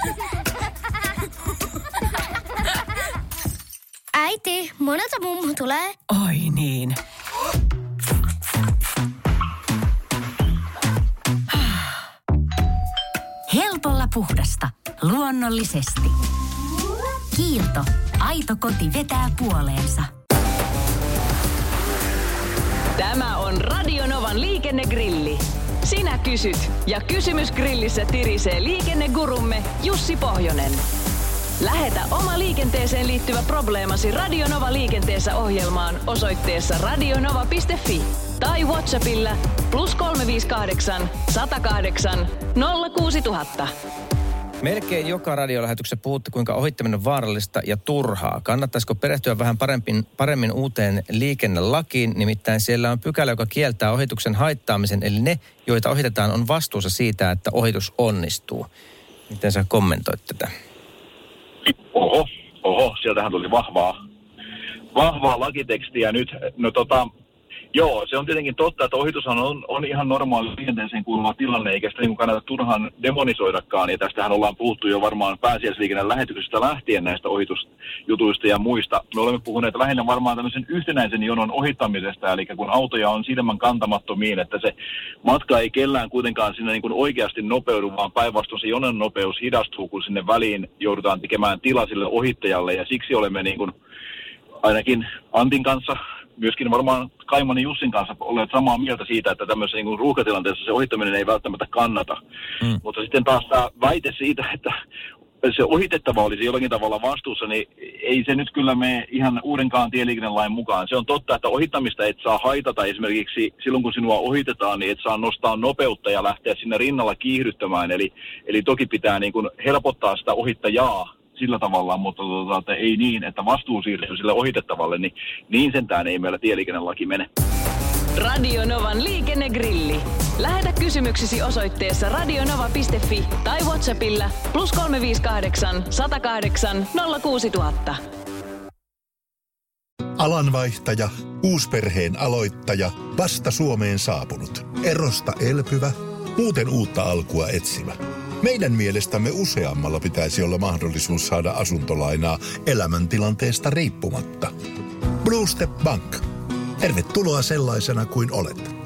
Äiti, monelta mummu tulee? Oi niin. Helpolla puhdasta. Luonnollisesti. Kiilto. Aito koti vetää puoleensa. Tämä on Radio Novan liikennegrilli. Sinä kysyt ja kysymys grillissä tirisee liikennegurumme Jussi Pohjonen. Lähetä oma liikenteeseen liittyvä probleemasi Radio Nova liikenteessä -ohjelmaan osoitteessa radionova.fi tai WhatsAppilla +358 108 06000. Melkein joka radiolähetyksessä puhutte, kuinka ohittaminen on vaarallista ja turhaa. Kannattaisiko perehtyä vähän paremmin uuteen liikennelakiin? Nimittäin siellä on pykälä, joka kieltää ohituksen haittaamisen. Eli ne, joita ohitetaan, on vastuussa siitä, että ohitus onnistuu. Miten sä kommentoit tätä? Oho, sieltähän tuli vahvaa lakitekstiä nyt. No joo, se on tietenkin totta, että ohitushan on ihan normaali liikenteeseen kuuluva tilanne, eikä sitä niin kannata turhaan demonisoidakaan. Ja tästähän ollaan puhuttu jo varmaan pääsiäisliikenteen lähetyksestä lähtien näistä ohitusjutuista ja muista. Me olemme puhuneet lähinnä varmaan tämmöisen yhtenäisen jonon ohittamisesta, eli kun autoja on silmän kantamattomiin, että se matka ei kellään kuitenkaan sinne niin kuin oikeasti nopeudu, vaan päinvastoin se jonon nopeus hidastuu, kun sinne väliin joudutaan tekemään tila sille ohittajalle. Ja siksi olemme niin kuin ainakin Antin kanssa, myöskin varmaan Kaimanin Jussin kanssa olleet samaa mieltä siitä, että tämmöisessä niin kuin ruuhkatilanteessa se ohittaminen ei välttämättä kannata. Mutta sitten taas tämä väite siitä, että se ohitettava olisi jollakin tavalla vastuussa, niin ei se nyt kyllä mene ihan uudenkaan tieliikennelain mukaan. Se on totta, että ohittamista et saa haitata esimerkiksi silloin, kun sinua ohitetaan, niin et saa nostaa nopeutta ja lähteä sinne rinnalla kiihdyttämään. Eli toki pitää niin kuin helpottaa sitä ohittajaa sillä tavalla, mutta että ei niin, että vastuu siirtyy sille ohitettavalle, niin sentään ei meillä tieliikennelaki mene. Radio Novan liikennegrilli. Lähetä kysymyksesi osoitteessa radionova.fi tai WhatsAppilla +358 108 06000. Alanvaihtaja, uusperheen aloittaja, vasta Suomeen saapunut, erosta elpyvä, muuten uutta alkua etsimä. Meidän mielestämme useammalla pitäisi olla mahdollisuus saada asuntolainaa elämäntilanteesta riippumatta. Blue Step Bank. Tervetuloa sellaisena kuin olet.